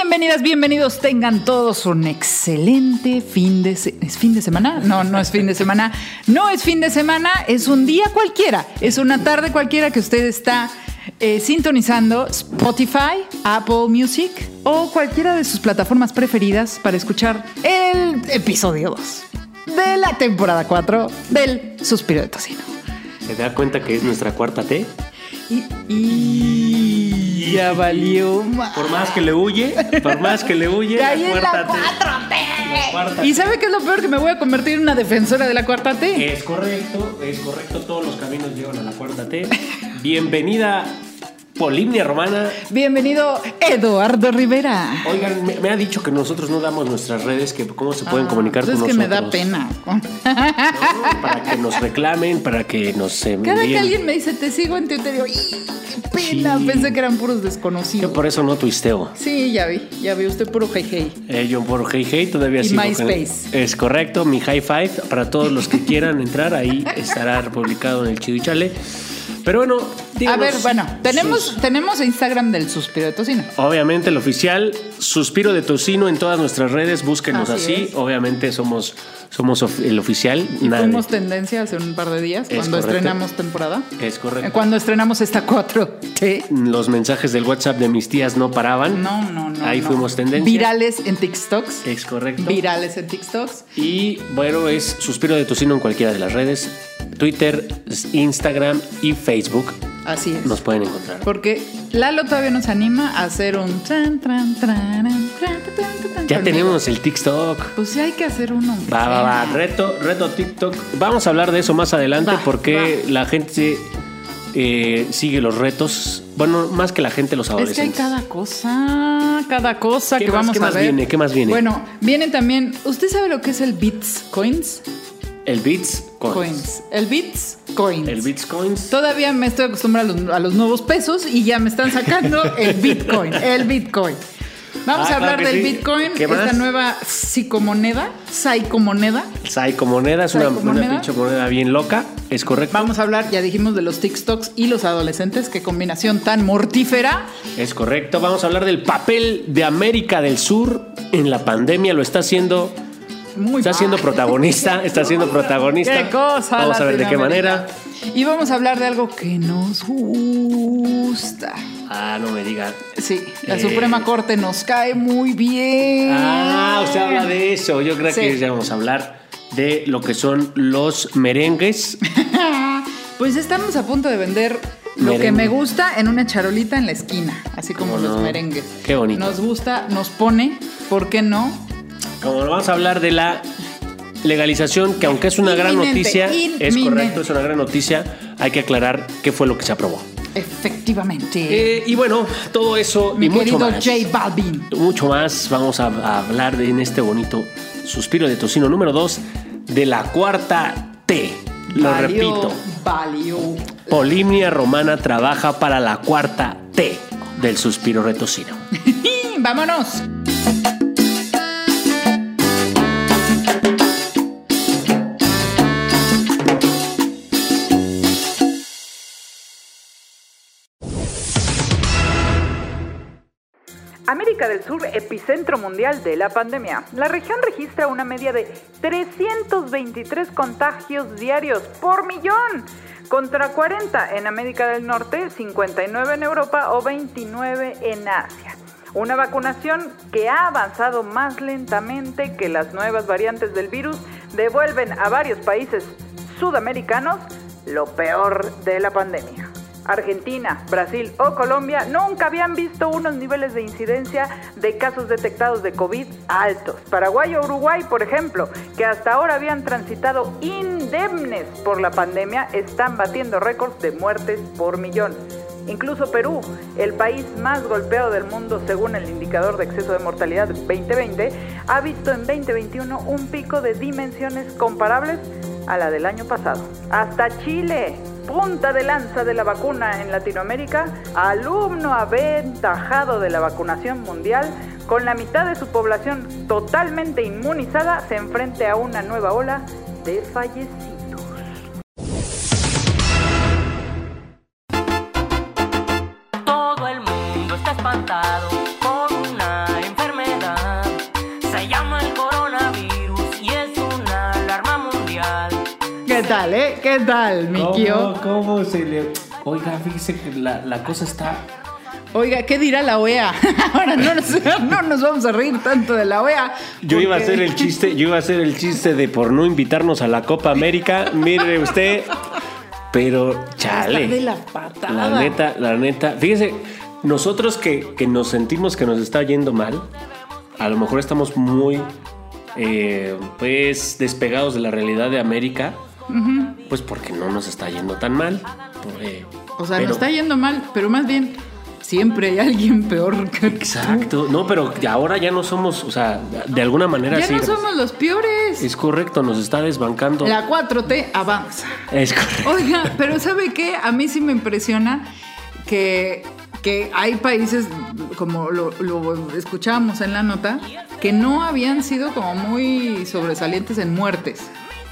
Bienvenidas, bienvenidos. Tengan todos un excelente fin de semana. ¿Es fin de semana? No, no es fin de semana. No es fin de semana, es un día cualquiera. Es una tarde cualquiera que usted está sintonizando Spotify, Apple Music o cualquiera de sus plataformas preferidas para escuchar el episodio 2 de la temporada 4 del Suspiro de Tocino. ¿Se da cuenta que es nuestra cuarta T? Y ya valió más. Por más que le huye, Caí en la cuarta T. ¿Y sabe qué es lo peor? Que me voy a convertir en una defensora de la cuarta T. Es correcto, todos los caminos llevan a la cuarta T. Bienvenida, Polimnia Romana. Bienvenido, Eduardo Rivera. Oigan, me ha dicho que nosotros no damos nuestras redes, que cómo se pueden comunicar con nosotros. Es que me da pena. No, para que nos reclamen, para que nos envíen. Cada que alguien me dice, te sigo en Twitter, digo, qué pena. Sí. Pensé que eran puros desconocidos. Yo por eso no tuisteo. Sí, ya vi. Usted puro hey. Yo puro hey, todavía sigo. Y MySpace. Es correcto, mi high five. Para todos los que quieran entrar, ahí estará publicado en el Chido y Chale. Pero bueno, díganos, a ver, bueno, tenemos Instagram del Suspiro de Tocino. Obviamente el oficial Suspiro de Tocino en todas nuestras redes, búsquenos así. Obviamente somos el oficial. Y fuimos tendencia hace un par de días cuando estrenamos temporada. Es correcto. Cuando estrenamos esta 4T. Los mensajes del WhatsApp de mis tías no paraban. No. Ahí fuimos tendencia. Virales en TikToks. Es correcto. Virales en TikToks. Y bueno, es Suspiro de Tocino en cualquiera de las redes. Twitter, Instagram y Facebook. Así es. Nos pueden encontrar. Porque Lalo todavía nos anima a hacer un ya tenemos el TikTok. Pues sí hay que hacer uno. Va. Reto TikTok. Vamos a hablar de eso más adelante porque la gente sigue los retos. Bueno, más que la gente, los adolescentes. Es que hay cada cosa que vamos a ver. ¿Qué más viene? Bueno, vienen también. ¿Usted sabe lo que es el Bitcoins? El Bitcoins. El Bitcoins. El Bitcoins. Todavía me estoy acostumbrando a los nuevos pesos y ya me están sacando el Bitcoin. Vamos a hablar del Bitcoin, esta nueva psicomoneda. Psicomoneda es una pinche moneda bien loca, es correcto. Vamos a hablar, ya dijimos, de los TikToks y los adolescentes. Qué combinación tan mortífera. Es correcto. Vamos a hablar del papel de América del Sur en la pandemia. Lo está haciendo... Está siendo protagonista. Qué cosa. Vamos a ver de qué manera. Y vamos a hablar de algo que nos gusta. No me diga. Sí, la Suprema Corte nos cae muy bien. Usted habla de eso. Yo creo que ya vamos a hablar de lo que son los merengues. Pues estamos a punto de vender lo que me gusta en una charolita en la esquina, así como los merengues. Qué bonito. Nos gusta, nos pone, ¿por qué no? Como vamos a hablar de la legalización, que aunque es una gran noticia, es correcto, es una gran noticia, hay que aclarar qué fue lo que se aprobó. Efectivamente. Y bueno, todo eso mi y mucho querido más. J Balvin. Mucho más vamos a hablar en este bonito Suspiro de Tocino número 2 de la cuarta T. Repito. Polimnia Romana trabaja para la cuarta T del Suspiro de Tocino. ¡Vámonos! América del Sur, epicentro mundial de la pandemia. La región registra una media de 323 contagios diarios por millón, contra 40 en América del Norte, 59 en Europa o 29 en Asia. Una vacunación que ha avanzado más lentamente que las nuevas variantes del virus devuelven a varios países sudamericanos lo peor de la pandemia. Argentina, Brasil o Colombia nunca habían visto unos niveles de incidencia de casos detectados de COVID altos. Paraguay o Uruguay, por ejemplo, que hasta ahora habían transitado indemnes por la pandemia, están batiendo récords de muertes por millón. Incluso Perú, el país más golpeado del mundo según el indicador de exceso de mortalidad 2020, ha visto en 2021 un pico de dimensiones comparables a la del año pasado. Hasta Chile, punta de lanza de la vacuna en Latinoamérica, alumno aventajado de la vacunación mundial, con la mitad de su población totalmente inmunizada, se enfrenta a una nueva ola de fallecidos. Todo el mundo está espantado por una enfermedad. tal, ¿Qué tal, mi Kio? ¿Cómo se le...? Oiga, fíjese que la cosa está... Oiga, ¿qué dirá la OEA? Ahora no nos vamos a reír tanto de la OEA. Yo iba a hacer el chiste de por no invitarnos a la Copa América. Mire usted, pero chale. Está de la patada. La neta. Fíjese, nosotros que nos sentimos que nos está yendo mal, a lo mejor estamos muy pues despegados de la realidad de América, pues porque no nos está yendo tan mal. Nos está yendo mal, pero más bien... Siempre hay alguien peor que Exacto. No, pero ahora ya no somos, o sea, de alguna manera ya sí. Ya no somos los peores. Es correcto, nos está desbancando. La 4T avanza. Es correcto. Oiga, pero ¿sabe qué? A mí sí me impresiona que hay países, como lo escuchábamos en la nota, que no habían sido como muy sobresalientes en muertes.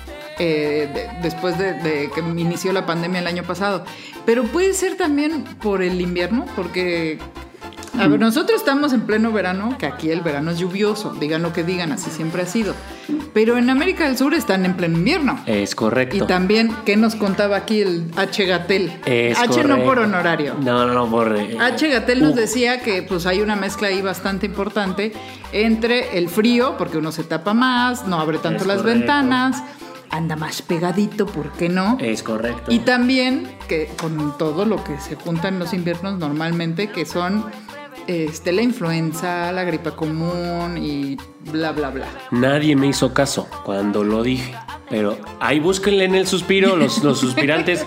Después de que inició la pandemia el año pasado. Pero puede ser también por el invierno, porque a ver, nosotros estamos en pleno verano, que aquí el verano es lluvioso, digan lo que digan, así siempre ha sido. Pero en América del Sur están en pleno invierno. Es correcto. Y también, ¿qué nos contaba aquí el H. Gatell? Es H correcto. No por honorario. No, por... H. Gatell nos decía que pues hay una mezcla ahí bastante importante entre el frío, porque uno se tapa más, no abre tanto las ventanas, anda más pegadito, ¿por qué no? Es correcto. Y también que con todo lo que se junta en los inviernos normalmente, que son la influenza, la gripe común y bla, bla, bla. Nadie me hizo caso cuando lo dije, pero ahí búsquenle en el suspiro, los suspirantes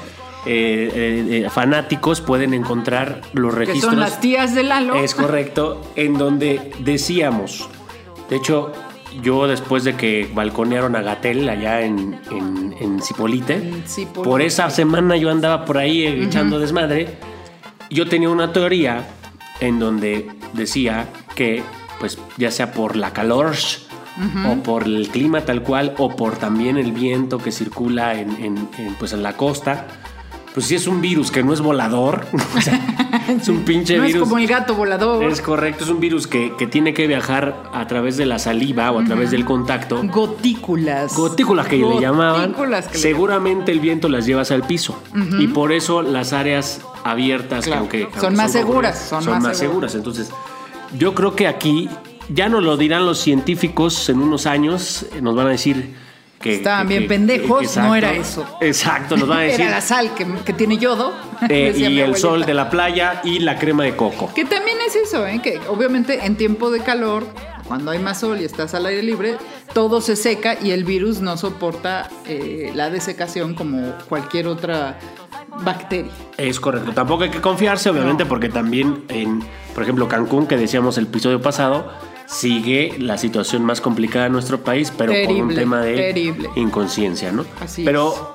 fanáticos pueden encontrar los registros. Que son las tías de Lalo. Es correcto, en donde decíamos, de hecho... Yo después de que balconearon a Gatell allá en Zipolite, por esa semana yo andaba por ahí echando desmadre. Yo tenía una teoría en donde decía que, pues, ya sea por la calor o por el clima tal cual, o por también el viento que circula en la costa, pues sí es un virus que no es volador. O sea, es un pinche virus. No es como el gato volador. Es correcto, es un virus que tiene que viajar a través de la saliva o a través del contacto. Gotículas que le llamaban. Seguramente el viento las llevas al piso. Y por eso las áreas abiertas, claro, que aunque son más seguras. Son más seguras. Entonces, yo creo que aquí ya nos lo dirán los científicos en unos años. Nos van a decir... Estaban bien pendejos, exacto, no era eso. Exacto, nos van a decir. Era la sal que tiene yodo. Y el sol de la playa y la crema de coco. Que también es eso, que obviamente en tiempo de calor, cuando hay más sol y estás al aire libre, todo se seca y el virus no soporta la desecación como cualquier otra bacteria. Es correcto, tampoco hay que confiarse, obviamente, porque también por ejemplo, Cancún, que decíamos el episodio pasado, sigue la situación más complicada de nuestro país, pero por un tema de inconsciencia, ¿no? Así pero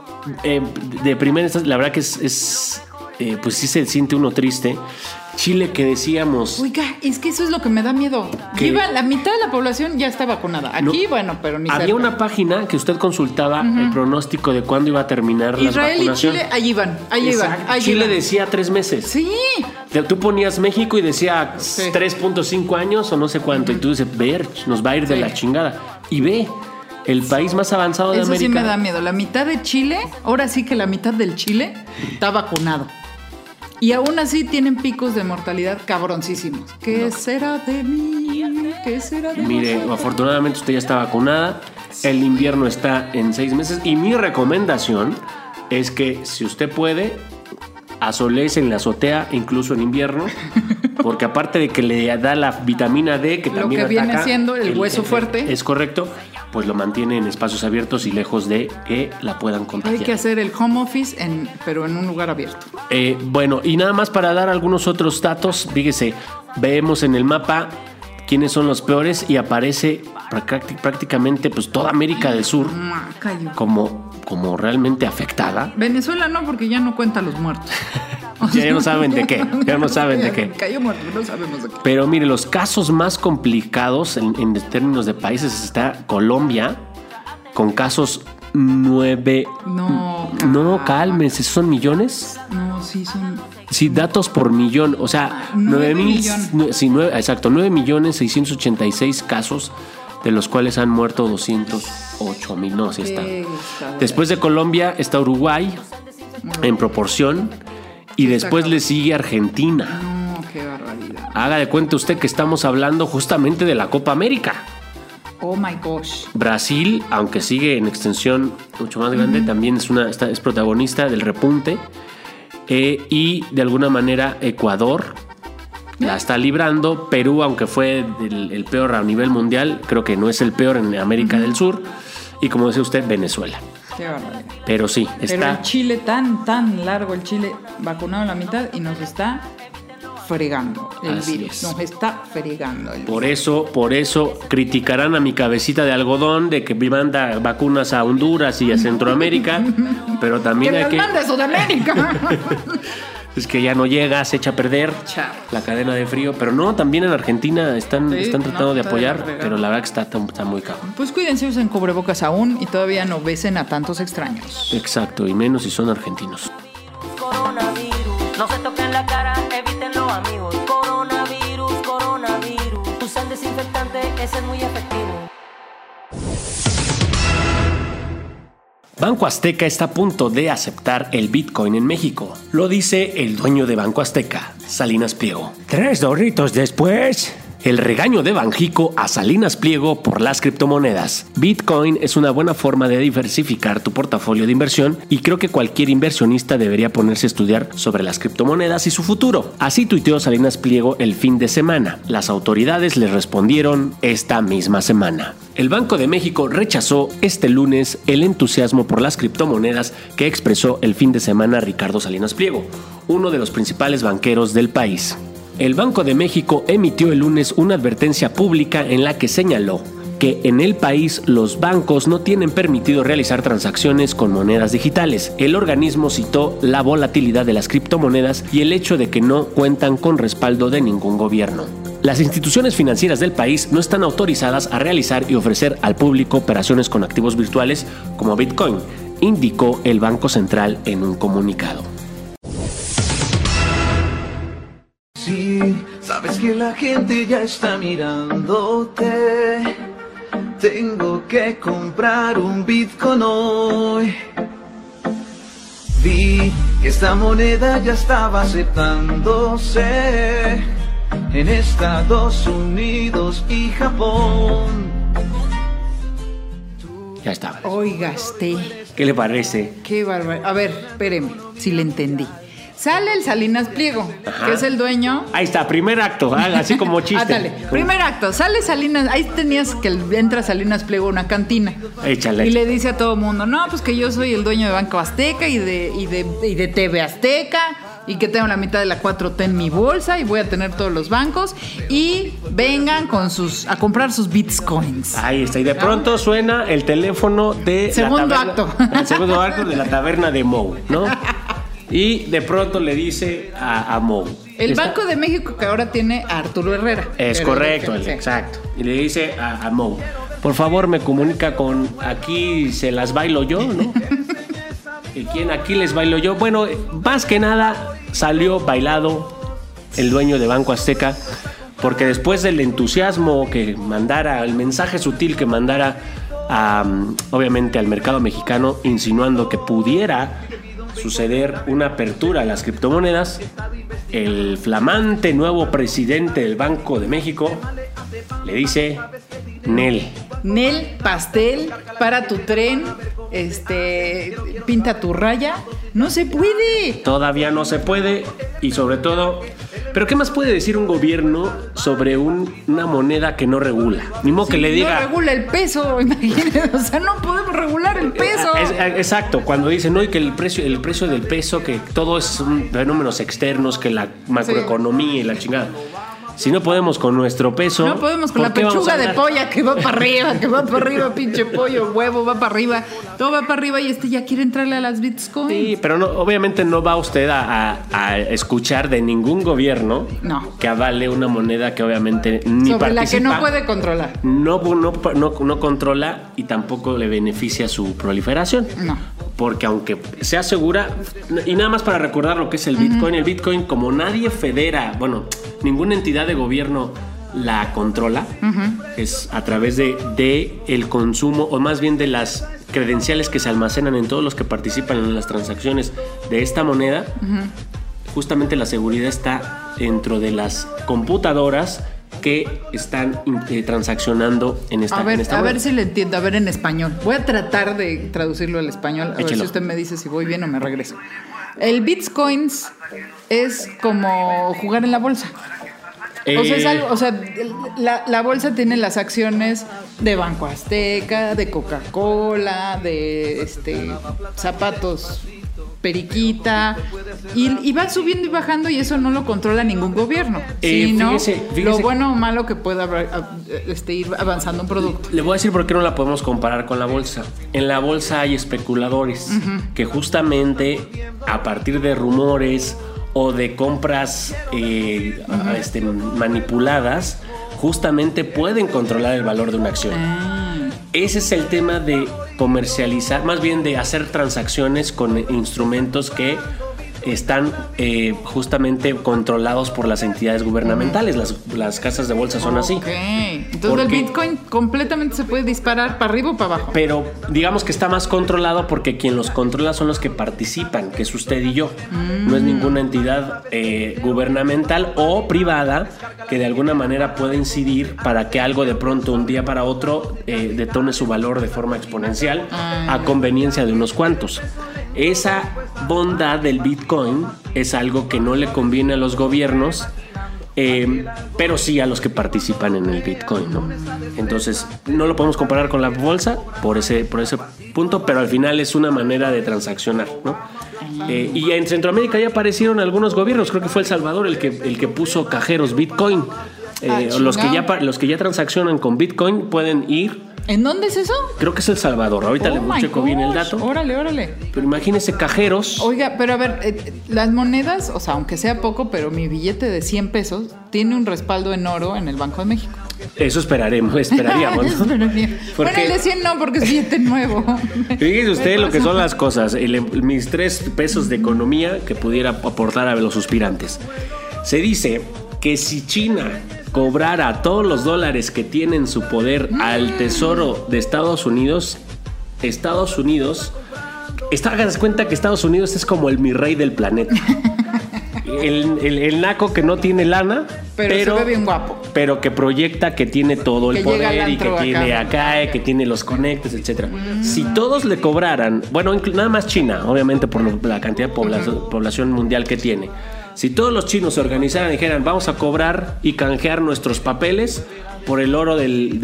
de primera instancia, la verdad que pues sí se siente uno triste. Chile, que decíamos... Oiga, es que eso es lo que me da miedo. La mitad de la población ya está vacunada. Aquí, pero ni había una página que usted consultaba el pronóstico de cuándo iba a terminar la vacunación. Israel y Chile, allí iban. Chile decía 3 meses. Sí. Tú ponías México y decía 3.5 años o no sé cuánto. Y tú dices, nos va a ir de la chingada. Y ve, el país más avanzado de América. Eso sí me da miedo. La mitad de Chile, ahora sí que la mitad del Chile está vacunado. Y aún así tienen picos de mortalidad cabroncísimos. ¿Qué será de mí? ¿Qué será de mí? Mire, afortunadamente usted ya está vacunada. El invierno está en 6 meses. Y mi recomendación es que si usted puede, asoléese en la azotea, incluso en invierno. Porque aparte de que le da la vitamina D, que también lo que viene siendo el hueso fuerte. Es correcto. Pues lo mantiene en espacios abiertos y lejos de que la puedan contagiar. Hay que hacer el home office, pero en un lugar abierto. Bueno, y nada más para dar algunos otros datos. Fíjese, vemos en el mapa quiénes son los peores y aparece prácticamente pues toda América del Sur como realmente afectada. Venezuela no, porque ya no cuenta los muertos. Ya no saben de qué. Ya no saben de qué. Cayó muerto, no sabemos de qué. Pero mire, los casos más complicados en términos de países está Colombia, con casos 9. No, cálmense, ¿son millones? No, sí son. Sí, datos por millón, o sea, 9 millones. Sí, exacto, 9.686.000 casos de los cuales han muerto 208,000. No, sí está. Después de Colombia está Uruguay, en proporción, y después le sigue Argentina. No, qué barbaridad. Haga de cuenta usted que estamos hablando justamente de la Copa América. Oh my gosh. Brasil, aunque sigue en extensión mucho más grande, también es protagonista del repunte. Y de alguna manera Ecuador la está librando. Perú, aunque fue el peor a nivel mundial, creo que no es el peor en América del Sur. Y como dice usted, Venezuela. Qué barbaridad. Pero sí, está. Pero el Chile, tan largo el Chile, vacunado a la mitad y nos está fregando el virus. Nos está fregando el virus. Por eso criticarán a mi cabecita de algodón de que manda vacunas a Honduras y a Centroamérica, pero también hay que... manda a Sudamérica. Es que ya no llega, se echa a perder la cadena de frío. Pero no, también en Argentina están tratando de apoyar, pero la verdad que está muy caro. Pues cuídense, usen cubrebocas aún y todavía no besen a tantos extraños. Exacto, y menos si son argentinos. Coronavirus, no se toquen la cara, evítenlo, amigos. Coronavirus, usen desinfectante, ese es muy efectivo. Banco Azteca está a punto de aceptar el Bitcoin en México. Lo dice el dueño de Banco Azteca, Salinas Pliego. 3 doritos después. El regaño de Banjico a Salinas Pliego por las criptomonedas. Bitcoin es una buena forma de diversificar tu portafolio de inversión y creo que cualquier inversionista debería ponerse a estudiar sobre las criptomonedas y su futuro. Así tuiteó Salinas Pliego el fin de semana. Las autoridades le respondieron esta misma semana. El Banco de México rechazó este lunes el entusiasmo por las criptomonedas que expresó el fin de semana Ricardo Salinas Pliego, uno de los principales banqueros del país. El Banco de México emitió el lunes una advertencia pública en la que señaló que en el país los bancos no tienen permitido realizar transacciones con monedas digitales. El organismo citó la volatilidad de las criptomonedas y el hecho de que no cuentan con respaldo de ningún gobierno. Las instituciones financieras del país no están autorizadas a realizar y ofrecer al público operaciones con activos virtuales como Bitcoin, indicó el Banco Central en un comunicado. Sí, sabes que la gente ya está mirándote. Tengo que comprar un Bitcoin hoy. Vi que esta moneda ya estaba aceptándose en Estados Unidos y Japón. Ya está. Hoy gasté. ¿Qué le parece? Qué bárbaro. A ver, espéreme, si le entendí. Sale el Salinas Pliego, que es el dueño. Ahí está, primer acto, así como chiste. Dale, primer acto, sale Salinas, ahí tenías que entra Salinas Pliego a una cantina. Échale. Y le dice a todo el mundo, no, pues que yo soy el dueño de Banco Azteca y de TV Azteca, y que tengo la mitad de la 4T en mi bolsa y voy a tener todos los bancos y vengan a comprar sus bitcoins. Ahí está, y de pronto suena el teléfono de segundo acto. El segundo acto de la taberna de Moe, ¿no? Y de pronto le dice a Moe. El Banco de México que ahora tiene a Arturo Herrera. Es correcto, exacto. Y le dice a Moe, por favor me comunica con aquí se las bailo yo, ¿no? ¿Y quién aquí les bailo yo? Bueno, más que nada salió bailado el dueño de Banco Azteca, porque después del entusiasmo que mandara, el mensaje sutil que mandara obviamente al mercado mexicano, insinuando que pudiera suceder una apertura a las criptomonedas, el flamante nuevo presidente del Banco de México le dice: Nel, pastel, para tu tren, pinta tu raya. No se puede. Todavía no se puede. Y sobre todo, ¿pero qué más puede decir un gobierno sobre una moneda que no regula? Ni modo que le diga... No regula el peso, imagínate. O sea, no podemos regular el peso. Exacto, cuando dicen, no, y que el precio del peso, que todo es fenómenos externos, que la macroeconomía y la chingada. Si no podemos con nuestro peso... No podemos con la pechuga de polla que va para arriba, pinche pollo, huevo, va para arriba. Todo va para arriba y ya quiere entrarle a las bitcoins. Sí, pero no, obviamente no va usted a escuchar de ningún gobierno que avale una moneda que obviamente ni sobre participa. La que no puede controlar. No controla y tampoco le beneficia su proliferación. No. Porque aunque sea segura, y nada más para recordar lo que es el Bitcoin, el Bitcoin, como nadie federa, ninguna entidad de gobierno la controla. Es a través de el consumo, o más bien de las credenciales que se almacenan en todos los que participan en las transacciones de esta moneda. Justamente la seguridad está dentro de las computadoras que están transaccionando en esta moneda. A ver si le entiendo, a ver en español. Voy a tratar de traducirlo al español, a ver si usted me dice si voy bien o me regreso. El Bitcoins es como jugar en la bolsa. O sea, es algo, la bolsa tiene las acciones de Banco Azteca, de Coca-Cola, de zapatos Periquita, y va subiendo y bajando, y eso no lo controla ningún gobierno, sino fíjese, lo bueno o malo que pueda ir avanzando un producto. Le voy a decir por qué no la podemos comparar con la bolsa. En la bolsa hay especuladores que justamente a partir de rumores o de compras manipuladas, justamente pueden controlar el valor de una acción. Ese es el tema de comercializar, más bien de hacer transacciones con instrumentos que están justamente controlados por las entidades gubernamentales. Las casas de bolsa son así. Entonces el Bitcoin completamente se puede disparar para arriba o para abajo. Pero digamos que está más controlado porque quien los controla son los que participan, que es usted y yo. No es ninguna entidad gubernamental o privada que de alguna manera pueda incidir para que algo de pronto un día para otro detone su valor de forma exponencial a conveniencia de unos cuantos. Esa bondad del Bitcoin es algo que no le conviene a los gobiernos, pero sí a los que participan en el Bitcoin, ¿no? Entonces no lo podemos comparar con la bolsa por ese punto, pero al final es una manera de transaccionar, ¿no? Y en Centroamérica ya aparecieron algunos gobiernos. Creo que fue El Salvador el que puso cajeros Bitcoin. Los que ya transaccionan con Bitcoin pueden ir. ¿En dónde es eso? Creo que es El Salvador. Ahorita le checo bien el dato. Órale. Pero imagínese cajeros. Oiga, pero a ver, las monedas, o sea, aunque sea poco, pero mi billete de 100 pesos tiene un respaldo en oro en el Banco de México. Eso esperaríamos, ¿no? Esperaría. Bueno, el de 100 no, porque es billete nuevo. Fíjese usted lo que son las cosas. Mis 3 pesos de economía que pudiera aportar a los suspirantes. Se dice que si China cobrara todos los dólares que tiene en su poder al Tesoro de Estados Unidos, hagas cuenta que Estados Unidos es como el mi rey del planeta. El naco que no tiene lana, pero se ve bien guapo. Pero que proyecta que tiene todo el poder y que tiene acá, que tiene los conectes, etcétera. Si todos le cobraran, bueno, nada más China, obviamente por la cantidad de población mundial que tiene. Si todos los chinos se organizaran y dijeran, vamos a cobrar y canjear nuestros papeles por el oro del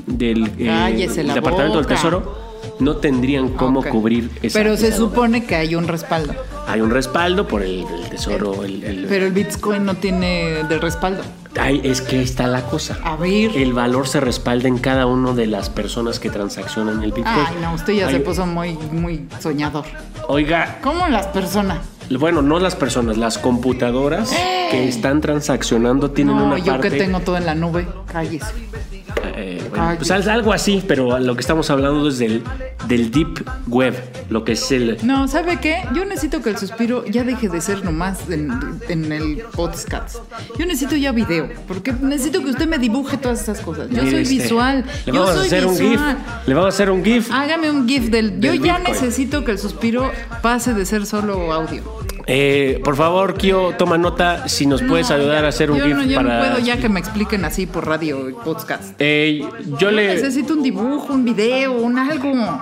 Departamento del Tesoro, no tendrían cómo cubrir esa. Pero se supone que hay un respaldo. Hay un respaldo por el Tesoro. Pero el Bitcoin no tiene de respaldo. Es que ahí está la cosa. A ver. El valor se respalda en cada una de las personas que transaccionan el Bitcoin. Ay, no, usted ya se puso muy, muy soñador. Oiga. ¿Cómo las personas? Bueno, no las personas, las computadoras que están transaccionando tienen una parte. No, yo que tengo todo en la nube, cállese. Pues algo así, pero lo que estamos hablando es del Deep Web, lo que es el... No, ¿sabe qué? Yo necesito que el suspiro ya deje de ser nomás en el podcast. Yo necesito ya video, porque necesito que usted me dibuje todas estas cosas. Yo soy visual. Le vamos a hacer un GIF. Le vamos a hacer un GIF. Hágame un GIF del yo ya Bitcoin. Necesito que el suspiro pase de ser solo audio. Por favor, Kio, toma nota si nos puedes ayudar a hacer un GIF yo para... no puedo ya que me expliquen así por radio y podcast. Yo necesito un dibujo, un video, algo.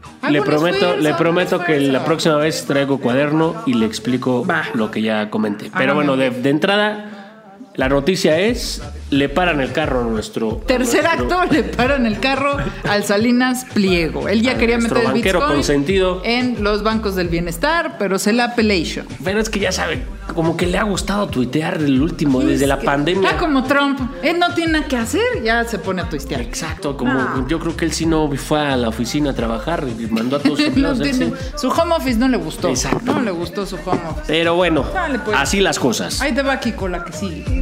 Le prometo que la próxima vez traigo cuaderno y le explico lo que ya comenté. Pero bueno, de entrada, la noticia es: le paran el carro a nuestro... Tercer acto, le paran el carro al Salinas Pliego. Él ya quería meter el Bitcoin consentido en los bancos del bienestar, pero se la apellation. Pero es que ya sabe, como que le ha gustado tuitear el último, desde la pandemia. Está como Trump. Él no tiene nada que hacer, ya se pone a tuitear. Exacto, como yo creo que él sí no fue a la oficina a trabajar y mandó a todos sus empleados. Su home office no le gustó. Exacto. No le gustó su home office. Pero bueno, pues. Así las cosas. Ahí te va Kiko, la que sigue.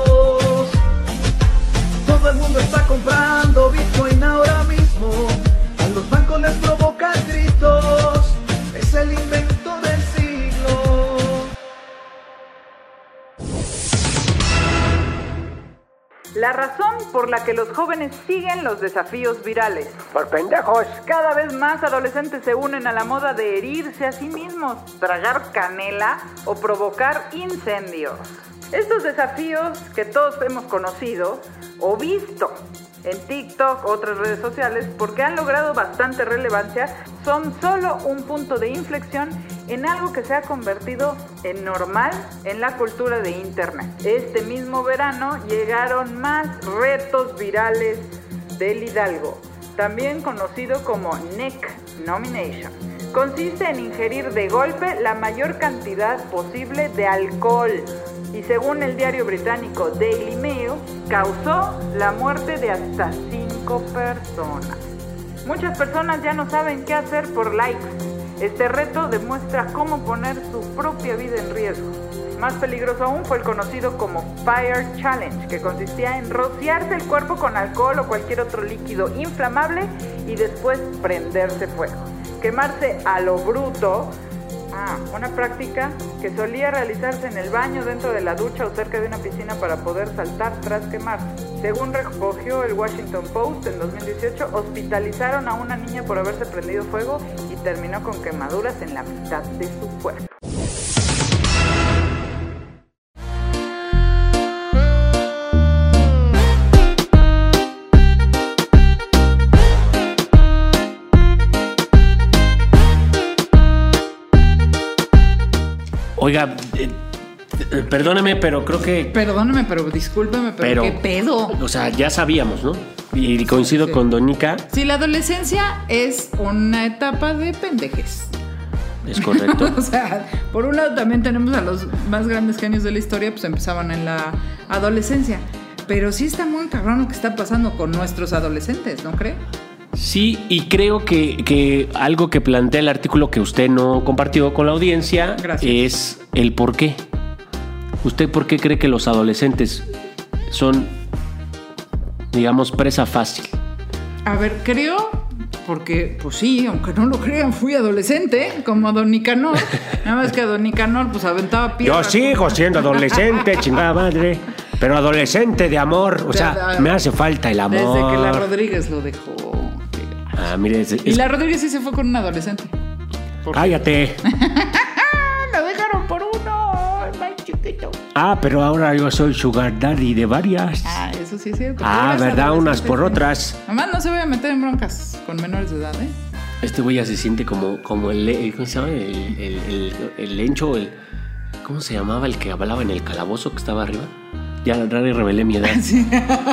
Todo el mundo está comprando Bitcoin ahora mismo. A los bancos les provoca gritos. Es el invento del siglo. La razón por la que los jóvenes siguen los desafíos virales. Por pendejos. Cada vez más adolescentes se unen a la moda de herirse a sí mismos, tragar canela o provocar incendios. Estos desafíos que todos hemos conocido o visto en TikTok, otras redes sociales, porque han logrado bastante relevancia, son solo un punto de inflexión en algo que se ha convertido en normal en la cultura de internet. Este mismo verano llegaron más retos virales del Hidalgo, también conocido como Nick Nomination. Consiste en ingerir de golpe la mayor cantidad posible de alcohol y, según el diario británico Daily Mail, causó la muerte de hasta 5 personas. Muchas personas ya no saben qué hacer por likes. Este reto demuestra cómo poner su propia vida en riesgo. Más peligroso aún fue el conocido como Fire Challenge, que consistía en rociarse el cuerpo con alcohol o cualquier otro líquido inflamable y después prenderse fuego. Quemarse a lo bruto, una práctica que solía realizarse en el baño, dentro de la ducha o cerca de una piscina para poder saltar tras quemarse. Según recogió el Washington Post, en 2018 hospitalizaron a una niña por haberse prendido fuego y terminó con quemaduras en la mitad de su cuerpo. Oiga, perdóneme, pero creo que... Perdóneme, pero discúlpeme, pero ¿qué pedo? O sea, ya sabíamos, ¿no? Y coincido con Donica. Sí, la adolescencia es una etapa de pendejez. Es correcto. O sea, por un lado también tenemos a los más grandes genios de la historia, pues empezaban en la adolescencia. Pero sí está muy cabrón lo que está pasando con nuestros adolescentes, ¿no cree? Sí, y creo que algo que plantea el artículo que usted no compartió con la audiencia es el por qué. ¿Usted por qué cree que los adolescentes son, digamos, presa fácil? A ver, creo, porque, pues sí, aunque no lo crean, fui adolescente, como Don Nicanor. Nada más que a Don Nicanor, pues aventaba piedras. Yo sigo siendo adolescente, chingada madre. Pero adolescente de amor, o sea, me hace falta el amor. Desde que la Rodríguez lo dejó. Mire, y la Rodríguez sí se fue con un adolescente. Cállate. Lo dejaron por uno, más chiquito. Pero ahora yo soy sugar daddy de varias. Eso sí es cierto. ¿Verdad? Unas por otras. Además no se voy a meter en broncas con menores de edad, ¿eh? Este güey ya se siente como el ¿cómo se llama? El lencho, ¿cómo se llamaba el que hablaba en el calabozo que estaba arriba? Ya revelé mi edad. Sí,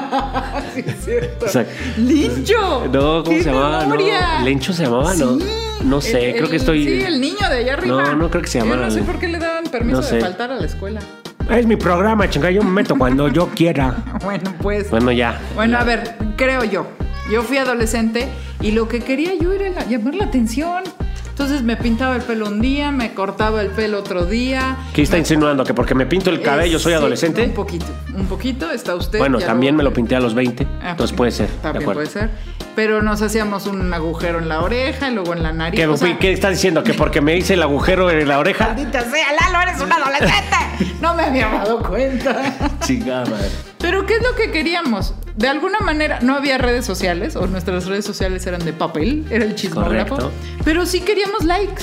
sí es cierto. O sea, ¡Lincho! No, ¿cómo se llamaba? No, ¿Lencho se llamaba? Sí, no sé, creo que estoy... Sí, el niño de allá arriba. No creo que se llamara. Yo no sé por qué le daban permiso de faltar a la escuela. Es mi programa, chingada, yo me meto cuando yo quiera. Bueno, pues... Bueno, ya. Bueno, a ver, creo yo. Yo fui adolescente y lo que quería yo era llamar la atención. Entonces me pintaba el pelo un día, me cortaba el pelo otro día. ¿Qué está insinuando? ¿Que porque me pinto el cabello soy adolescente? Un poquito, está usted. Bueno, también me lo pinté a los 20, entonces puede ser. También puede ser. Pero nos hacíamos un agujero en la oreja y luego en la nariz. ¿Qué está diciendo? ¿Que porque me hice el agujero en la oreja? ¡Maldita sea, Lalo, eres un adolescente! No me había dado cuenta. Chingada madre. Pero ¿qué es lo que queríamos? De alguna manera no había redes sociales, o nuestras redes sociales eran de papel, era el chismógrafo. Correcto. Pero sí queríamos likes.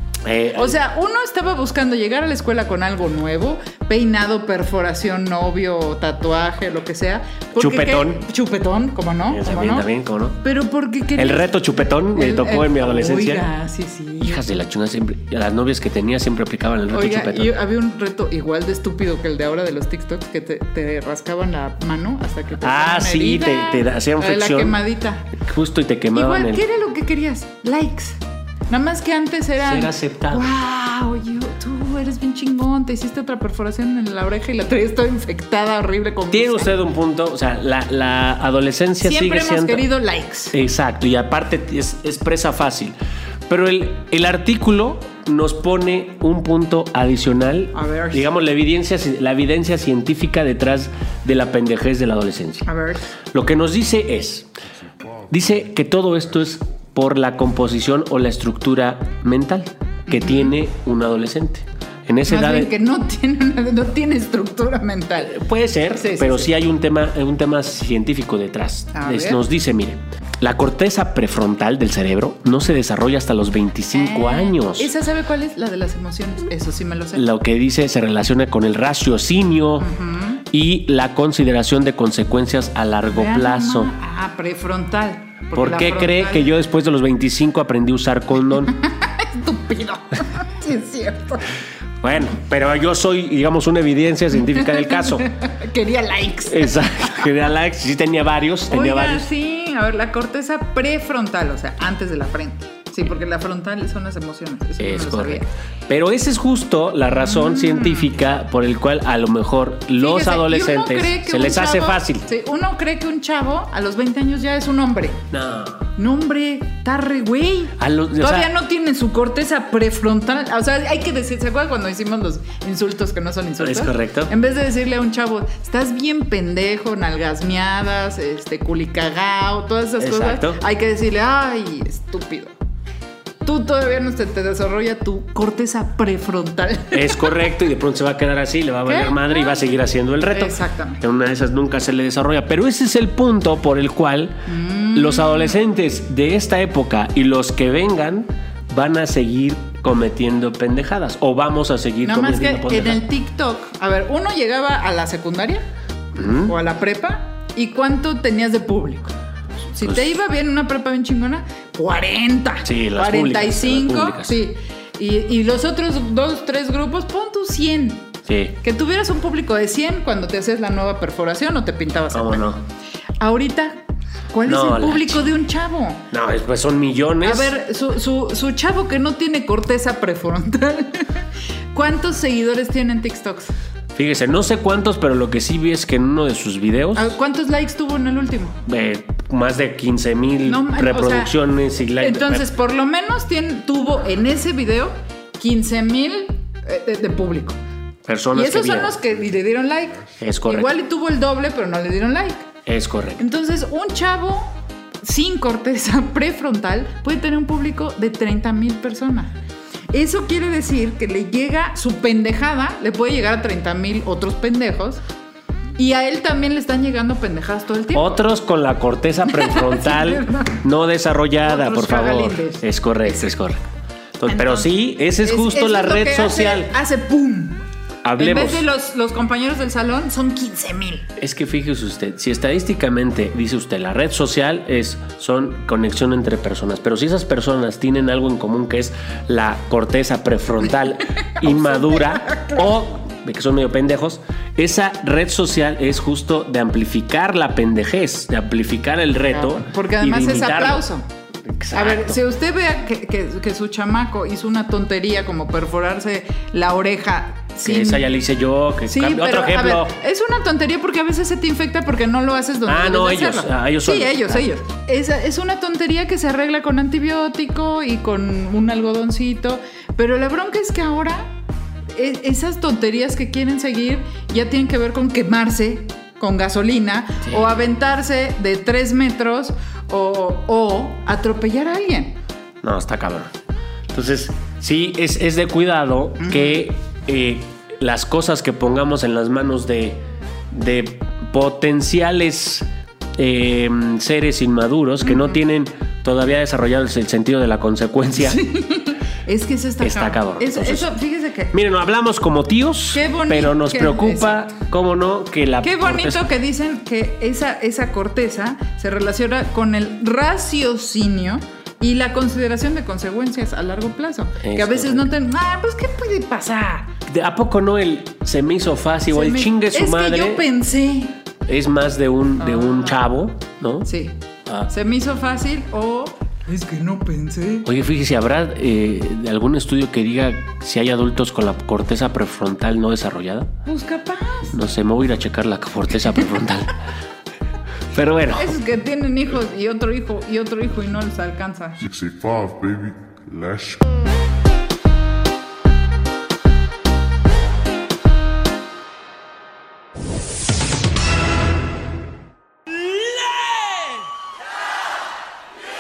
O sea, uno estaba buscando llegar a la escuela con algo nuevo, peinado, perforación, novio, tatuaje, lo que sea. Chupetón. Chupetón, ¿cómo no? También, ¿cómo no? Pero porque quería... El reto chupetón me tocó en mi adolescencia. Oiga, sí. Hijas de la chuna, siempre, las novias que tenía siempre aplicaban el reto chupetón. Yo había un reto igual de estúpido que el de ahora de los TikToks, que te rascaban la mano hasta que te sí, te hacían fricción. La quemadita. Justo, y te quemaban. Igual, ¿qué era lo que querías? Likes. Nada más que antes era... Ser aceptado. ¡Wow! Tú eres bien chingón. Te hiciste otra perforación en la oreja y la traías toda infectada, horrible. Tiene usted un punto. O sea, la adolescencia siempre sigue siendo... Siempre hemos querido likes. Exacto. Y aparte es presa fácil. Pero el artículo nos pone un punto adicional. A ver. Digamos, la evidencia científica detrás de la pendejez de la adolescencia. A ver. Lo que nos dice es... Dice que todo esto es por la composición o la estructura mental que tiene un adolescente. En esa edad que no tiene estructura mental. Puede ser, pero sí hay un tema científico detrás. Nos dice, mire, la corteza prefrontal del cerebro no se desarrolla hasta los 25 años. ¿Esa sabe cuál es? La de las emociones. Eso sí me lo sé. Lo que dice se relaciona con el raciocinio y la consideración de consecuencias a largo plazo. Prefrontal. ¿Por qué cree que yo después de los 25 aprendí a usar condón? Estúpido. Sí, es cierto. Bueno, pero yo soy, digamos, una evidencia científica del caso. Quería likes. Exacto, quería likes. Sí, tenía varios. Sí, a ver, la corteza prefrontal, o sea, antes de la frente. Sí, porque la frontal son las emociones. Eso es no lo correcto. Pero esa es justo la razón científica por el cual a lo mejor los adolescentes se les hace fácil. Sí, uno cree que un chavo a los 20 años ya es un hombre. No, hombre, está re güey. Todavía no tiene su corteza prefrontal. O sea, hay que decir, ¿se acuerdan cuando hicimos los insultos que no son insultos? Es correcto. En vez de decirle a un chavo, estás bien pendejo, nalgasmeadas, culicagao, todas esas cosas, hay que decirle, ay, estúpido. Tú todavía no te desarrolla tu corteza prefrontal. Es correcto, y de pronto se va a quedar así, le va a valer madre y va a seguir haciendo el reto. Exactamente. En una de esas nunca se le desarrolla. Pero ese es el punto por el cual los adolescentes de esta época y los que vengan van a seguir cometiendo pendejadas. O vamos a seguir cometiendo pendejadas. No más que en el TikTok, a ver, uno llegaba a la secundaria o a la prepa, ¿y cuánto tenías de público? Si te iba bien una prepa bien chingona, 40, sí, las 45, públicas, las sí. Y los otros 2, 3 grupos, pon tu 100. Sí. Que tuvieras un público de 100 cuando te hacías la nueva perforación o te pintabas el pelo. Ahorita, ¿cuál es el público de un chavo? No, pues son millones. A ver, su chavo que no tiene corteza prefrontal, ¿cuántos seguidores tiene en TikToks? Fíjese, no sé cuántos, pero lo que sí vi es que en uno de sus videos... ¿Cuántos likes tuvo en el último? Más de 15,000 reproducciones y likes. Entonces, por lo menos tuvo en ese video 15,000 de público. Personas. Y esos son los que le dieron like. Es correcto. Igual y tuvo el doble, pero no le dieron like. Es correcto. Entonces, un chavo sin corteza prefrontal puede tener un público de 30,000 personas. Eso quiere decir que le llega su pendejada, le puede llegar a 30,000 otros pendejos. Y a él también le están llegando pendejadas todo el tiempo. Otros con la corteza prefrontal no desarrollada, otros por favor. cagalindes. Es correcto, es correcto. Entonces, pero sí, esa es justo la red social. Hace pum. Hablemos. En vez de los compañeros del salón, son 15,000. Es que fíjese usted, si estadísticamente dice usted, la red social son conexión entre personas, pero si esas personas tienen algo en común que es la corteza prefrontal inmadura o de que son medio pendejos, esa red social es justo de amplificar la pendejez, de amplificar el reto. Porque además y de es aplauso. Exacto. A ver, si usted vea que su chamaco hizo una tontería como perforarse la oreja sin... Esa ya la hice yo. Sí, otro pero, ejemplo. A ver, es una tontería porque a veces se te infecta porque no lo haces donde debes hacerlo. Ellos son. Sí, ellos. Es una tontería que se arregla con antibiótico y con un algodoncito. Pero la bronca es que ahora esas tonterías que quieren seguir ya tienen que ver con quemarse con gasolina, sí, o aventarse de 3 metros o atropellar a alguien. No, está cabrón. Entonces, sí, es de cuidado que las cosas que pongamos en las manos de potenciales seres inmaduros que no tienen todavía desarrollado el sentido de la consecuencia. Sí. Es que eso está cabrón. Eso, fíjese que... Miren, hablamos como tíos, pero nos preocupa, cómo no, que la... Qué bonito que dicen que esa corteza se relaciona con el raciocinio y la consideración de consecuencias a largo plazo. Que a veces no te... pues ¿qué puede pasar? ¿A poco no se me hizo fácil o el chingue su madre? Es que yo pensé... Es más de un chavo, ¿no? Sí. Se me hizo fácil o... Es que no pensé. Oye, fíjese, ¿habrá algún estudio que diga si hay adultos con la corteza prefrontal no desarrollada? Pues capaz. No sé, me voy a ir a checar la corteza prefrontal. Pero bueno. Esos que tienen hijos y otro hijo y no les alcanza. 65, baby. Let's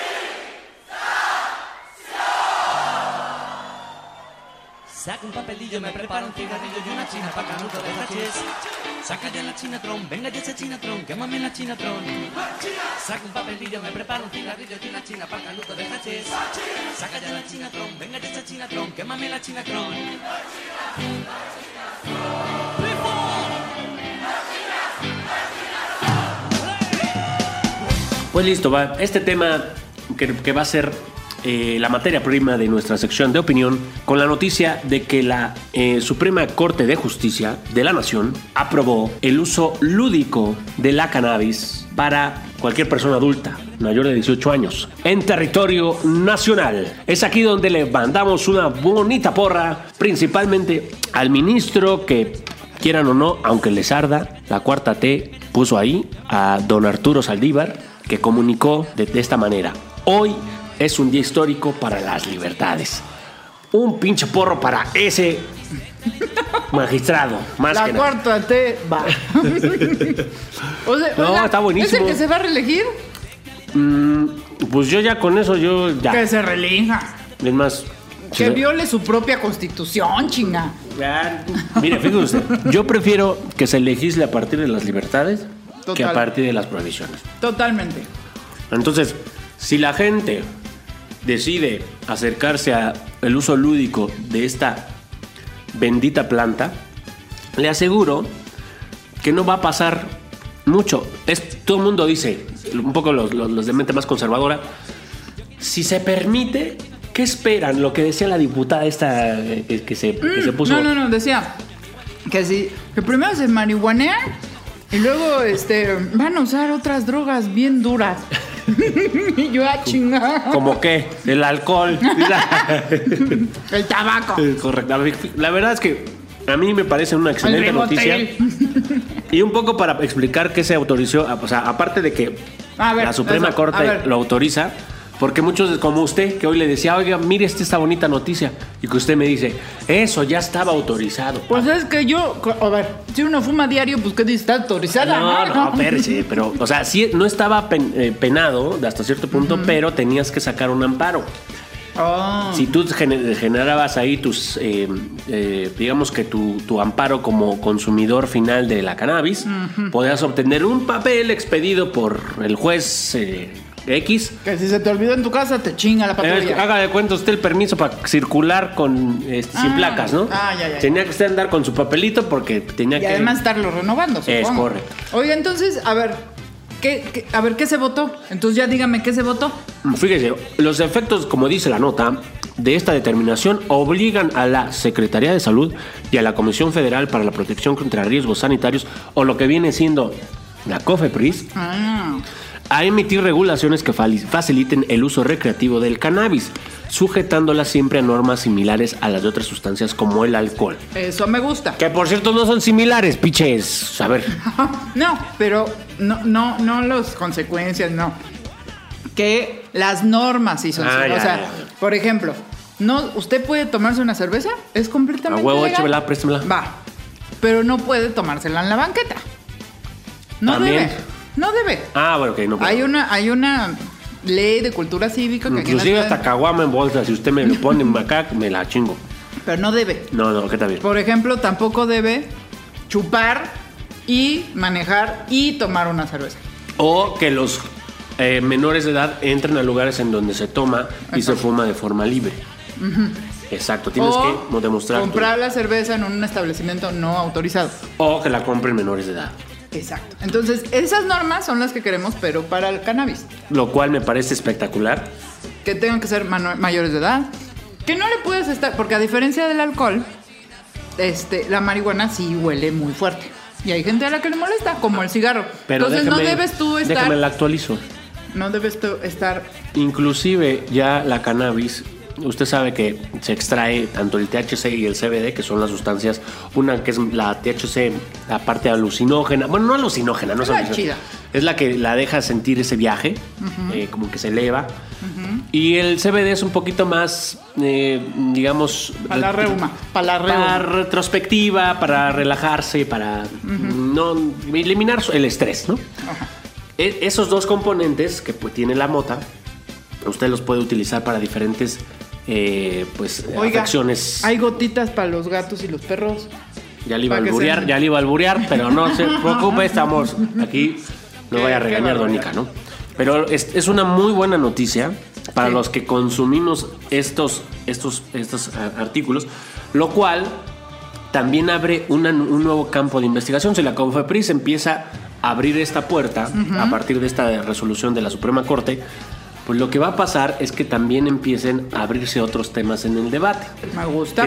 Saca un papelito papelillo, me preparo un cigarrillo y una china pa' canuto de hachís. Saca ya la chinatron, venga ya ese chinatron, quémame la chinatron. Saca un papelillo, me preparo un cigarrillo y una china pa' canuto de hachís. Saca ya la chinatron, venga ya ese chinatron, quémame la chinatron. Pues listo, va. Este tema que va a ser la materia prima de nuestra sección de opinión, con la noticia de que la Suprema Corte de Justicia de la Nación aprobó el uso lúdico de la cannabis para cualquier persona adulta mayor de 18 años en territorio nacional. Es aquí donde le mandamos una bonita porra, principalmente al ministro que, quieran o no, aunque les arda, la cuarta T puso ahí a don Arturo Saldívar, que comunicó de esta manera: hoy es un día histórico para las libertades. Un pinche porro para ese magistrado, más la que nada. La cuarta T va. O sea, no, oiga, está buenísimo. ¿es el que se va a reelegir? Pues yo ya con eso, yo ya. Que se reelija. Es más... Que viole su propia constitución, chinga. Mire, fíjese usted, yo prefiero que se legisle a partir de las libertades que a partir de las prohibiciones. Totalmente. Entonces, si la gente decide acercarse al uso lúdico de esta bendita planta, le aseguro que no va a pasar mucho. Todo el mundo dice, un poco los de mente más conservadora, si se permite, ¿qué esperan? Lo que decía la diputada esta que se puso... No, decía que primero se marihuanean y luego van a usar otras drogas bien duras. Y yo chingada. ¿Cómo qué? El alcohol. El tabaco. Correcto. La verdad es que a mí me parece una excelente noticia. Y un poco para explicar qué se autorizó, o sea, aparte de que la Suprema Corte lo autoriza, porque muchos como usted, que hoy le decía, oiga, mire esta bonita noticia, y que usted me dice, eso ya estaba autorizado. Pues es que yo, a ver, si uno fuma diario, pues ¿qué dice? Está autorizada. No, espérese, pero, o sea, sí, no estaba penado hasta cierto punto, pero tenías que sacar un amparo. Oh. Si tú generabas ahí tus, digamos que tu amparo como consumidor final de la cannabis, podías obtener un papel expedido por el juez X. Que si se te olvidó en tu casa, te chinga la patrulla. Haga de cuenta usted el permiso para circular con sin placas, ¿no? Ya. Tenía que usted andar con su papelito porque tenía que... Y además estarlo renovando, supongo. Es correcto. Oiga, entonces, a ver, ¿qué se votó? Entonces ya dígame, ¿qué se votó? Fíjese, los efectos, como dice la nota, de esta determinación obligan a la Secretaría de Salud y a la Comisión Federal para la Protección contra Riesgos Sanitarios, o lo que viene siendo la COFEPRIS, a emitir regulaciones que faciliten el uso recreativo del cannabis, sujetándolas siempre a normas similares a las de otras sustancias como el alcohol. Eso me gusta. Que por cierto no son similares, piches. A ver. No, pero no las consecuencias, no. Que las normas sí son similares. O sea, por ejemplo, ¿usted puede tomarse una cerveza? Es completamente a huevo, legal. échemela, préstemela. Va, pero no puede tomársela en la banqueta. No ¿también? No debe. Bueno, ok, no puedo. Hay una ley de cultura cívica que inclusive hasta caguama en bolsa, si usted me lo pone acá, me la chingo. Pero no debe. No, ¿qué está bien? Por ejemplo, tampoco debe chupar y manejar y tomar una cerveza. O que los menores de edad entren a lugares en donde se toma y se fuma de forma libre. Exacto, tienes que demostrar. Comprar la cerveza en un establecimiento no autorizado. O que la compren menores de edad. Exacto. Entonces, esas normas son las que queremos, pero para el cannabis. Lo cual me parece espectacular. Que tengan que ser mayores de edad. Que no le puedes estar... Porque a diferencia del alcohol, la marihuana sí huele muy fuerte. Y hay gente a la que le molesta, como el cigarro. Pero entonces no debes tú estar... Déjame la actualizo. No debes tú estar... Inclusive ya la cannabis... Usted sabe que se extrae tanto el THC y el CBD, que son las sustancias, una que es la THC, la parte alucinógena, bueno, no alucinógena, no es chida. Es la que la deja sentir ese viaje, como que se eleva. Y el CBD es un poquito más, digamos... Para retrospectiva, para relajarse, para no eliminar el estrés, ¿no? Esos dos componentes que pues, tiene la mota, usted los puede utilizar para diferentes afecciones. Hay gotitas para los gatos y los perros. Ya le iba a alburear, pero no se preocupe, estamos aquí. No vaya a regañar Donica, ¿no? Pero es una muy buena noticia para los que consumimos estos artículos, lo cual también abre un nuevo campo de investigación. Si la COFEPRIS empieza a abrir esta puerta a partir de esta resolución de la Suprema Corte, pues lo que va a pasar es que también empiecen a abrirse otros temas en el debate. Me gusta.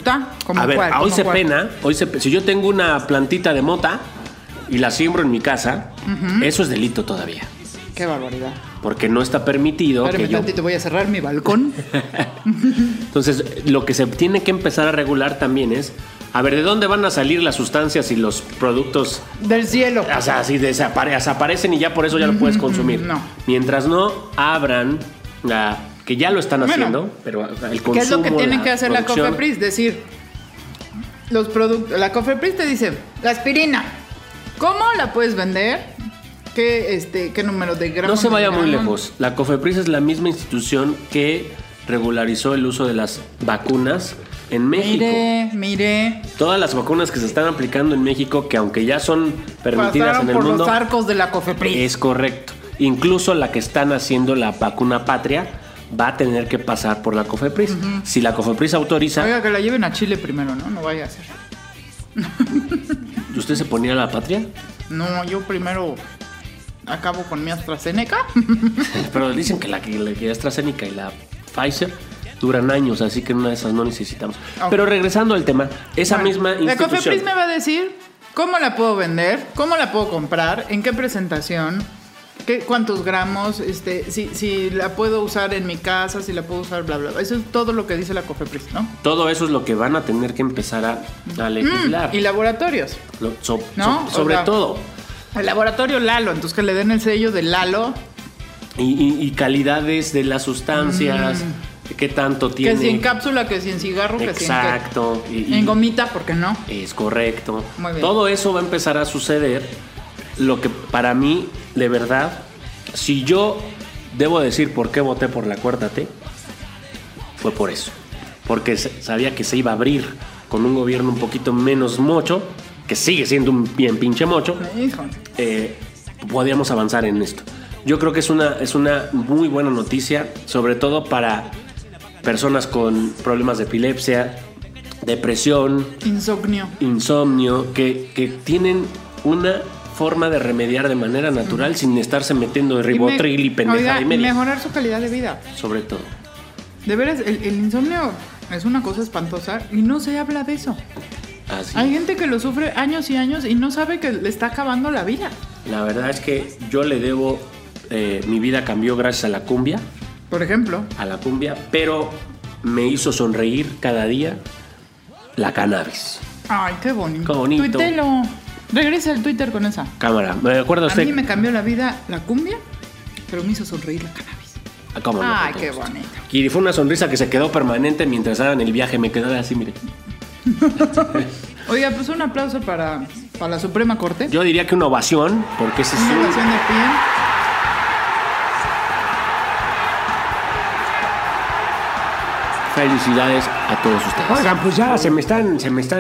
Si yo tengo una plantita de mota y la siembro en mi casa, eso es delito todavía. Qué barbaridad. Porque no está permitido. Te voy a cerrar mi balcón. Entonces, lo que se tiene que empezar a regular también es, a ver, ¿de dónde van a salir las sustancias y los productos? Del cielo. O sea, si desaparecen y ya por eso ya lo puedes consumir. No. Mientras no abran, que ya lo están haciendo, pero el consumo. ¿Qué es lo que tiene que hacer la COFEPRIS? Decir, los productos. La COFEPRIS te dice, la aspirina, ¿cómo la puedes vender? ¿Qué número de gramos? No se vaya muy lejos. La COFEPRIS es la misma institución que regularizó el uso de las vacunas en México. Mire. Todas las vacunas que se están aplicando en México, que aunque ya son permitidas en el mundo, por los arcos de la COFEPRIS. Es correcto. Incluso la que están haciendo la vacuna patria va a tener que pasar por la COFEPRIS. Si la COFEPRIS autoriza... Oiga, que la lleven a Chile primero, ¿no? No vaya a ser. ¿Usted se ponía la patria? No, yo primero acabo con mi AstraZeneca. Pero dicen que la AstraZeneca y la Pfizer duran años, así que en una de esas no necesitamos. Okay. Pero regresando al tema, misma institución... La COFEPRIS me va a decir cómo la puedo vender, cómo la puedo comprar, en qué presentación, cuántos gramos, si la puedo usar en mi casa, si la puedo usar, bla, bla. Eso es todo lo que dice la COFEPRIS, ¿no? Todo eso es lo que van a tener que empezar a legislar. Y laboratorios. Sobre todo. El laboratorio Lalo, entonces que le den el sello de Lalo. Y calidades de las sustancias, qué tanto tiene. Que si en cápsula, que si en cigarro, exacto. Que si en gomita, ¿por qué no? Es correcto. Muy bien. Todo eso va a empezar a suceder. Lo que para mí, de verdad, si yo debo decir por qué voté por la cuarta T, fue por eso. Porque sabía que se iba a abrir con un gobierno un poquito menos mocho, que sigue siendo un bien pinche mocho. Podríamos avanzar en esto. Yo creo que es una muy buena noticia, sobre todo para personas con problemas de epilepsia, depresión, insomnio, que tienen una forma de remediar de manera natural sin estarse metiendo de ribotril y pendejada y media. Y mejorar su calidad de vida. Sobre todo. De veras, el insomnio es una cosa espantosa y no se habla de eso. Así. Hay gente que lo sufre años y años y no sabe que le está acabando la vida. La verdad es que yo le debo... mi vida cambió gracias a la cumbia. Por ejemplo. A la cumbia, pero me hizo sonreír cada día la cannabis. Ay, qué bonito. Qué bonito. Tuitelo. Regresa al Twitter con esa. Cámara, ¿me acuerda usted? A mí me cambió la vida la cumbia, pero me hizo sonreír la cannabis. ¿Cómo no? Ay, qué bonito. Y fue una sonrisa que se quedó permanente mientras daban el viaje. Me quedé así, mire. Oiga, pues un aplauso para la Suprema Corte. Yo diría que una ovación, porque ese es una ovación de pie. Felicidades a todos ustedes. Oigan, pues ya se me están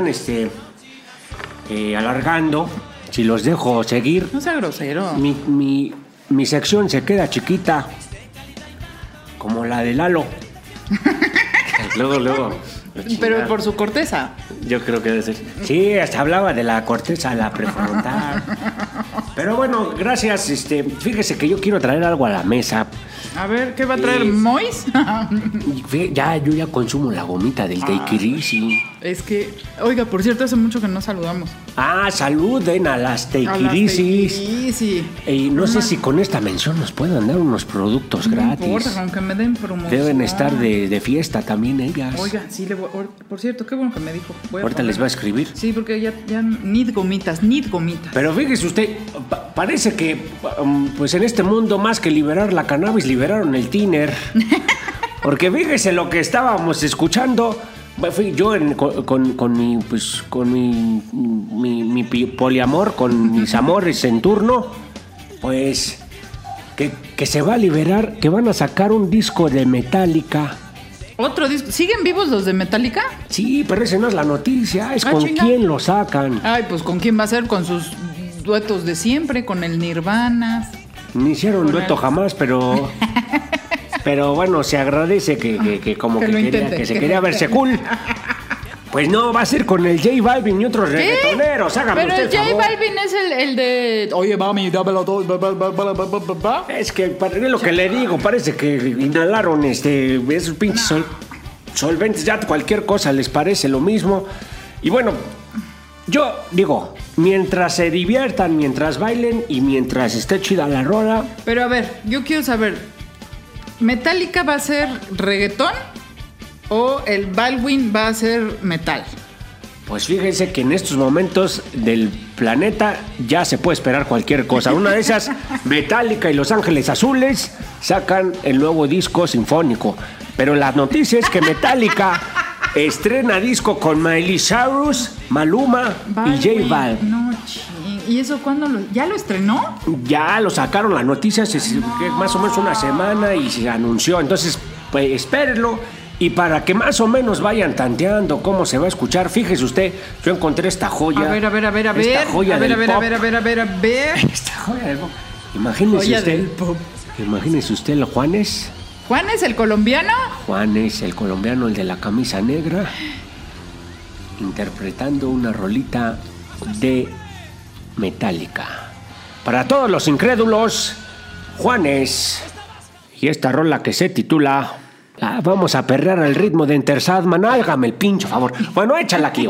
alargando. Si los dejo seguir. No sea grosero. Mi sección se queda chiquita. Como la de Lalo. Luego. Pero por su corteza. Yo creo que debe ser. Sí, hasta hablaba de la corteza, la prefrontal. Pero bueno, gracias. Fíjese que yo quiero traer algo a la mesa. A ver, ¿qué va a traer? ¿Mois? Yo ya consumo la gomita del Teikirisi. Es que, oiga, por cierto, hace mucho que no saludamos. Saluden a las Teikirisis. Y no sé si con esta mención nos puedan dar unos productos gratis. No importa, aunque me den promoción. Deben estar de fiesta también ellas. Oiga, sí, por cierto, qué bueno que me dijo. Ahorita les va a escribir. Sí, porque ya need gomitas. Pero fíjese usted, parece que pues en este mundo más que liberar la cannabis, liberaron el tiner. Porque fíjese lo que estábamos escuchando. Fui yo con mi poliamor, con mis amores en turno, pues que se va a liberar, que van a sacar un disco de Metallica Otro disco. ¿Siguen vivos los de Metallica? Sí, pero ese no es la noticia, es con chinga. quién lo sacan. Ay, pues ¿con quién va a ser? Con sus duetos de siempre, con el Nirvana. Ni hicieron dueto jamás, pero... Pero bueno, se agradece que como que se quería verse cool. Pues no, va a ser con el J Balvin y otros reggaetoneros. Hágame pero usted el J favor. Balvin es el de... Oye, mami, dámelo todo. Es que es lo que le digo, parece que inhalaron esos pinches solventes, ya cualquier cosa les parece lo mismo. Y bueno, yo digo, mientras se diviertan, mientras bailen y mientras esté chida la rola. Pero a ver, yo quiero saber, ¿Metallica va a ser reggaetón o el Balvin va a ser metal? Pues fíjense que en estos momentos del planeta ya se puede esperar cualquier cosa. Una de esas, Metallica y Los Ángeles Azules sacan el nuevo disco sinfónico. Pero la noticia es que Metallica estrena disco con Miley Cyrus, Maluma y J Balvin. No, ¿y eso cuándo ya lo estrenó? Ya lo sacaron la noticia hace más o menos una semana y se anunció. Entonces, pues espérenlo. Y para que más o menos vayan tanteando cómo se va a escuchar, fíjese usted, yo encontré esta joya. A ver. Esta joya del pop. A ver. Esta joya del pop. Imagínese usted el Juanes. ¿Juanes, el colombiano? Juanes, el colombiano, el de la camisa negra, interpretando una rolita de Metallica. Para todos los incrédulos, Juanes. Y esta rola que se titula... vamos a perrear al ritmo de Enter Sandman. Hágame el pincho favor. Bueno, échala aquí.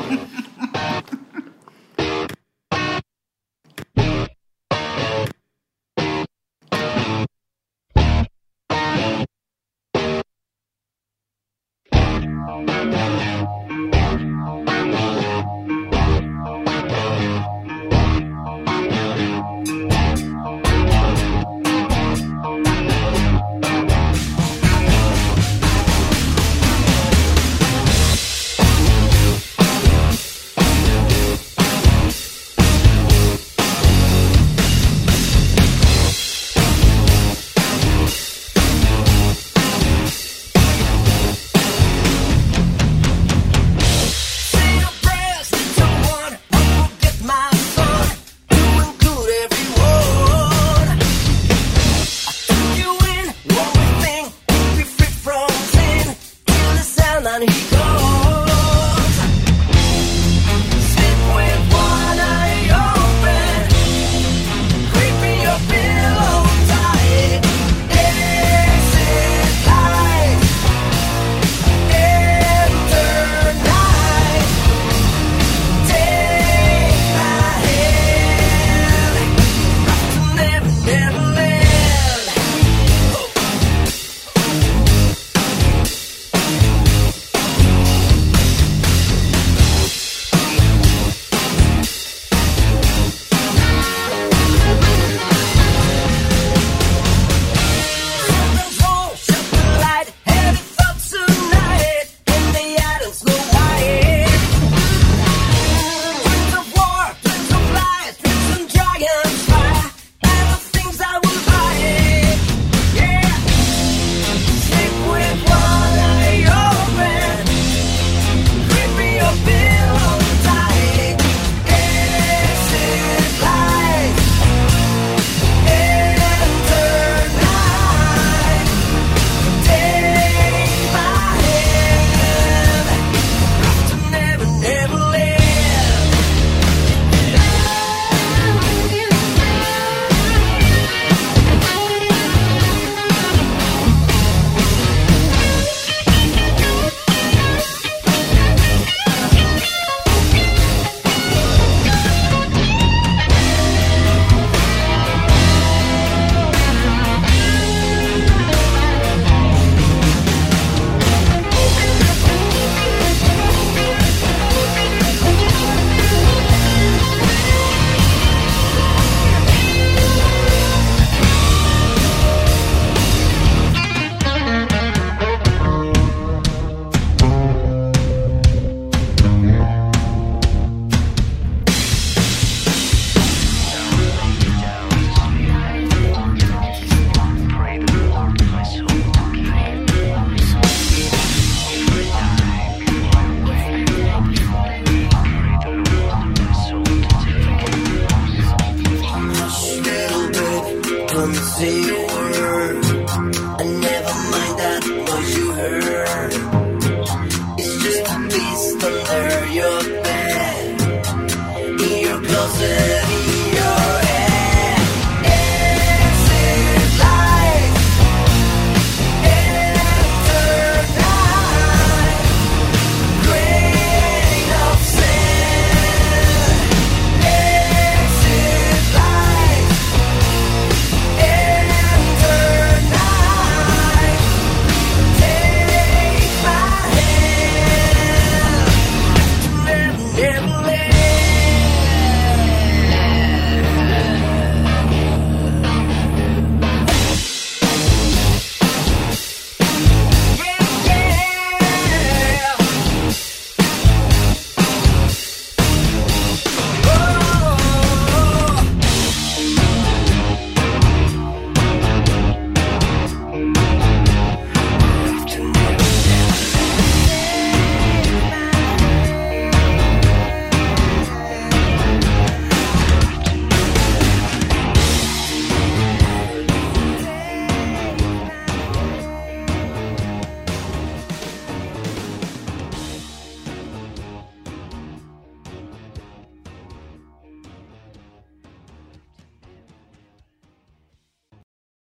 conocer.